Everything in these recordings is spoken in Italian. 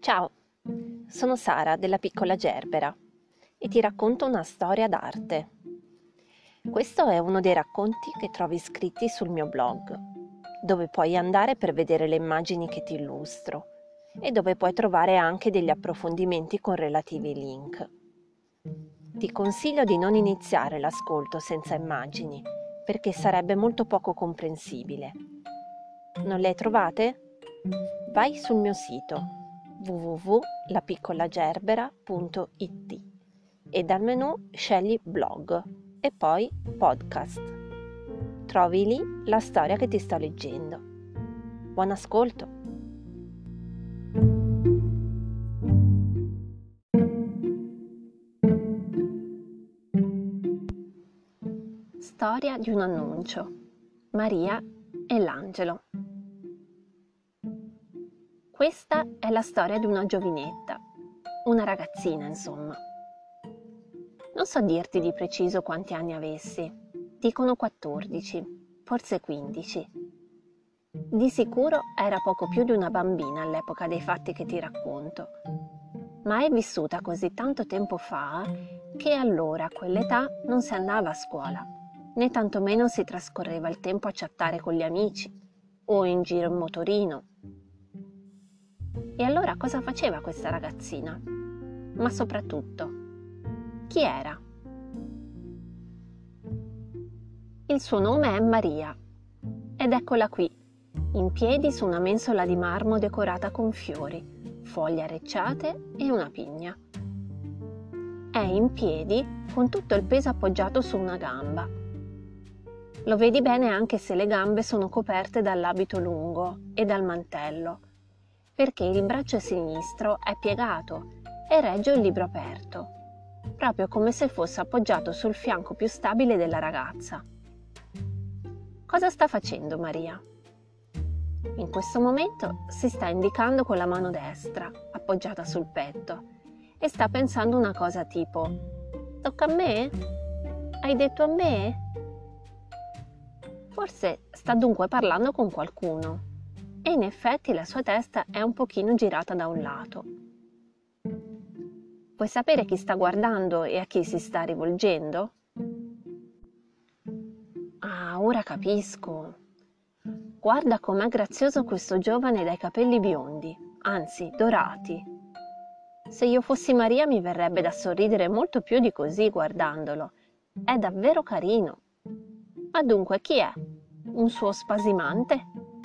Ciao, sono Sara della Piccola Gerbera e ti racconto una storia d'arte. Questo è uno dei racconti che trovi scritti sul mio blog, dove puoi andare per vedere le immagini che ti illustro e dove puoi trovare anche degli approfondimenti con relativi link. Ti consiglio di non iniziare l'ascolto senza immagini, perché sarebbe molto poco comprensibile. Non le hai trovate? Vai sul mio sito www.lapiccolagerbera.it e dal menu scegli blog e poi podcast. Trovi lì la storia che ti sto leggendo. Buon ascolto! Storia di un annuncio. Maria e l'angelo. Questa è la storia di una giovinetta, una ragazzina insomma. Non so dirti di preciso quanti anni avessi, dicono 14, forse 15. Di sicuro era poco più di una bambina all'epoca dei fatti che ti racconto, ma è vissuta così tanto tempo fa che allora a quell'età non si andava a scuola, né tantomeno si trascorreva il tempo a chattare con gli amici o in giro in motorino. E allora cosa faceva questa ragazzina? Ma soprattutto, chi era? Il suo nome è Maria ed eccola qui, in piedi su una mensola di marmo decorata con fiori, foglie arricciate e una pigna. È in piedi con tutto il peso appoggiato su una gamba. Lo vedi bene anche se le gambe sono coperte dall'abito lungo e dal mantello, perché il braccio sinistro è piegato e regge il libro aperto, proprio come se fosse appoggiato sul fianco più stabile della ragazza. Cosa sta facendo Maria? In questo momento si sta indicando con la mano destra, appoggiata sul petto, e sta pensando una cosa tipo: «Tocca a me? Hai detto a me?» Forse sta dunque parlando con qualcuno. E in effetti la sua testa è un pochino girata da un lato. Vuoi sapere chi sta guardando e a chi si sta rivolgendo? Ah, ora capisco. Guarda com'è grazioso questo giovane dai capelli biondi, anzi dorati. Se io fossi Maria mi verrebbe da sorridere molto più di così guardandolo. È davvero carino. Ma dunque chi è? Un suo spasimante?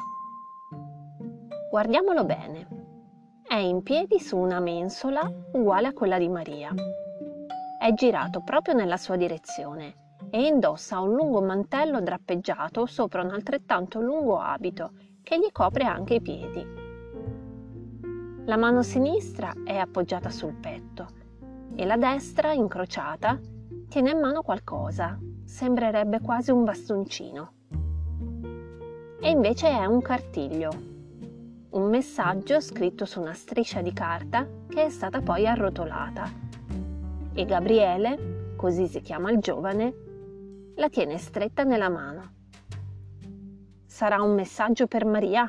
Guardiamolo bene. È in piedi su una mensola uguale a quella di Maria. È girato proprio nella sua direzione e indossa un lungo mantello drappeggiato sopra un altrettanto lungo abito che gli copre anche i piedi. La mano sinistra è appoggiata sul petto e la destra, incrociata, tiene in mano qualcosa. Sembrerebbe quasi un bastoncino. E invece è un cartiglio. Un messaggio scritto su una striscia di carta che è stata poi arrotolata. E Gabriele, così si chiama il giovane, la tiene stretta nella mano. Sarà un messaggio per Maria?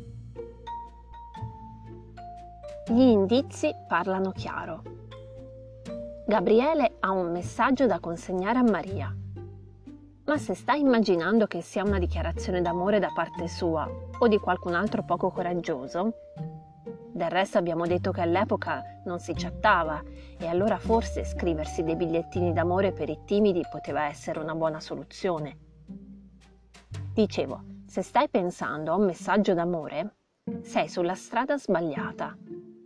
Gli indizi parlano chiaro. Gabriele ha un messaggio da consegnare a Maria. Ma se stai immaginando che sia una dichiarazione d'amore da parte sua o di qualcun altro poco coraggioso, del resto abbiamo detto che all'epoca non si chattava e allora forse scriversi dei bigliettini d'amore per i timidi poteva essere una buona soluzione. Dicevo, se stai pensando a un messaggio d'amore, sei sulla strada sbagliata.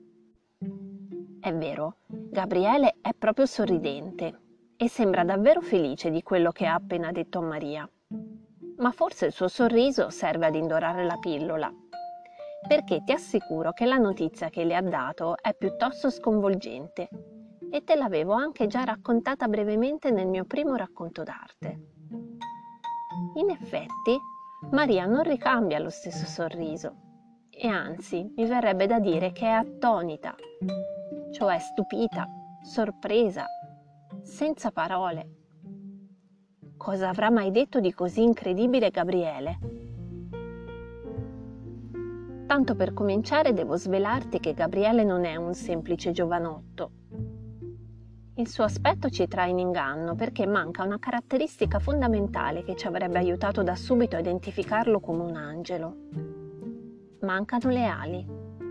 È vero, Gabriele è proprio sorridente e sembra davvero felice di quello che ha appena detto a Maria. Ma forse il suo sorriso serve ad indorare la pillola, perché ti assicuro che la notizia che le ha dato è piuttosto sconvolgente e te l'avevo anche già raccontata brevemente nel mio primo racconto d'arte. In effetti, Maria non ricambia lo stesso sorriso e anzi mi verrebbe da dire che è attonita, cioè stupita, sorpresa, senza parole. Cosa avrà mai detto di così incredibile Gabriele? Tanto per cominciare devo svelarti che Gabriele non è un semplice giovanotto. Il suo aspetto ci trae in inganno perché manca una caratteristica fondamentale che ci avrebbe aiutato da subito a identificarlo come un angelo. Mancano le ali.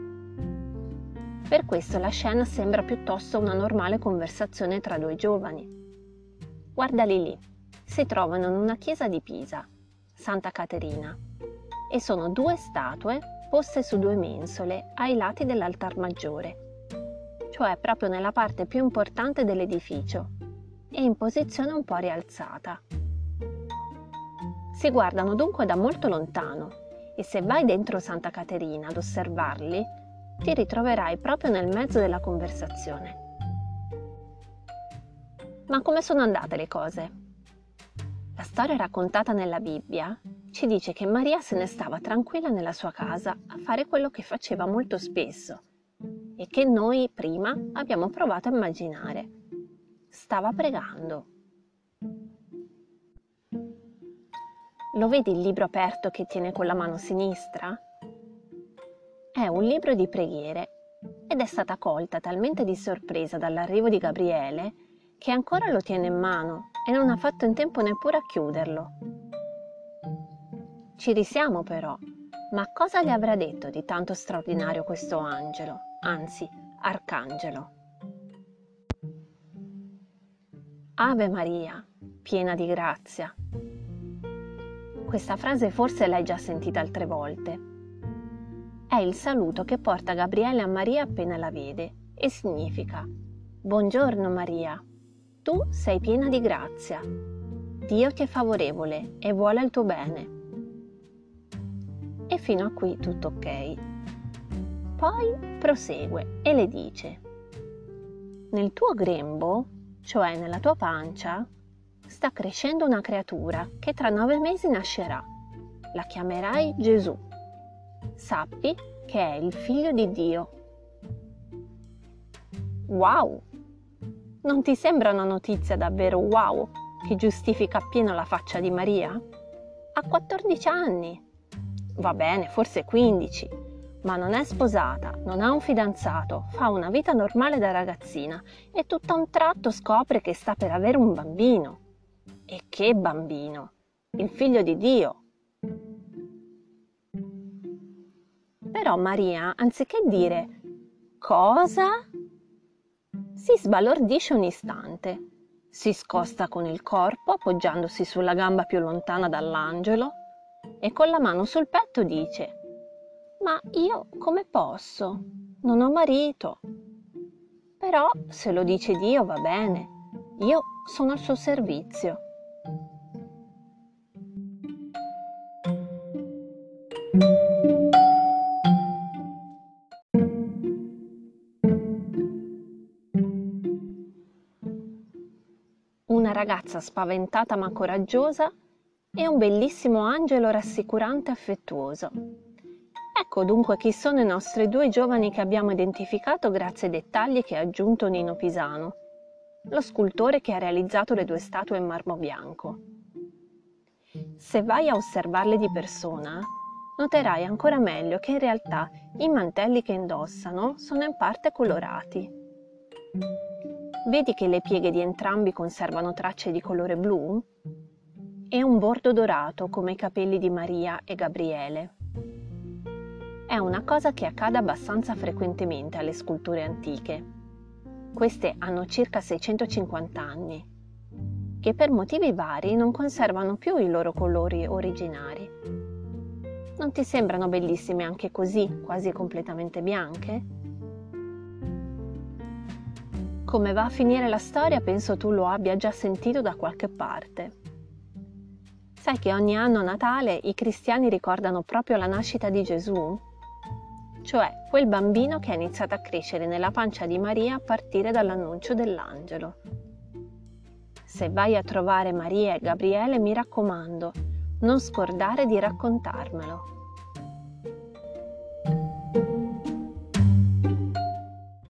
Per questo la scena sembra piuttosto una normale conversazione tra due giovani. Guardali lì, si trovano in una chiesa di Pisa, Santa Caterina, e sono due statue poste su due mensole ai lati dell'altar maggiore, cioè proprio nella parte più importante dell'edificio e in posizione un po' rialzata. Si guardano dunque da molto lontano e se vai dentro Santa Caterina ad osservarli, ti ritroverai proprio nel mezzo della conversazione. Ma come sono andate le cose? La storia raccontata nella Bibbia ci dice che Maria se ne stava tranquilla nella sua casa a fare quello che faceva molto spesso e che noi prima abbiamo provato a immaginare. Stava pregando. Lo vedi il libro aperto che tiene con la mano sinistra? È un libro di preghiere ed è stata colta talmente di sorpresa dall'arrivo di Gabriele che ancora lo tiene in mano e non ha fatto in tempo neppure a chiuderlo. Ci risiamo però, ma cosa le avrà detto di tanto straordinario questo angelo, anzi arcangelo? Ave Maria, piena di grazia. Questa frase forse l'hai già sentita altre volte. È il saluto che porta Gabriele a Maria appena la vede e significa: Buongiorno Maria, tu sei piena di grazia. Dio ti è favorevole e vuole il tuo bene. E fino a qui tutto ok. Poi prosegue e le dice: Nel tuo grembo, cioè nella tua pancia, sta crescendo una creatura che tra 9 mesi nascerà. La chiamerai Gesù. Sappi che è il figlio di Dio. Wow! Non ti sembra una notizia davvero wow che giustifica appieno la faccia di Maria? Ha 14 anni. Va bene, forse 15, ma non è sposata, non ha un fidanzato, fa una vita normale da ragazzina e tutto a un tratto scopre che sta per avere un bambino. E che bambino! Il figlio di Dio! Però Maria, anziché dire «Cosa?», si sbalordisce un istante, si scosta con il corpo appoggiandosi sulla gamba più lontana dall'angelo e con la mano sul petto dice «Ma io come posso? Non ho marito». Però se lo dice Dio va bene, io sono al suo servizio. Una ragazza spaventata ma coraggiosa e un bellissimo angelo rassicurante e affettuoso. Ecco dunque chi sono i nostri due giovani che abbiamo identificato grazie ai dettagli che ha aggiunto Nino Pisano, lo scultore che ha realizzato le due statue in marmo bianco. Se vai a osservarle di persona, noterai ancora meglio che in realtà i mantelli che indossano sono in parte colorati. Vedi che le pieghe di entrambi conservano tracce di colore blu? E un bordo dorato come i capelli di Maria e Gabriele. È una cosa che accade abbastanza frequentemente alle sculture antiche. Queste hanno circa 650 anni, che per motivi vari non conservano più i loro colori originari. Non ti sembrano bellissime anche così, quasi completamente bianche? Come va a finire la storia penso tu lo abbia già sentito da qualche parte. Sai che ogni anno a Natale i cristiani ricordano proprio la nascita di Gesù? Cioè quel bambino che ha iniziato a crescere nella pancia di Maria a partire dall'annuncio dell'angelo. Se vai a trovare Maria e Gabriele, mi raccomando, non scordare di raccontarmelo.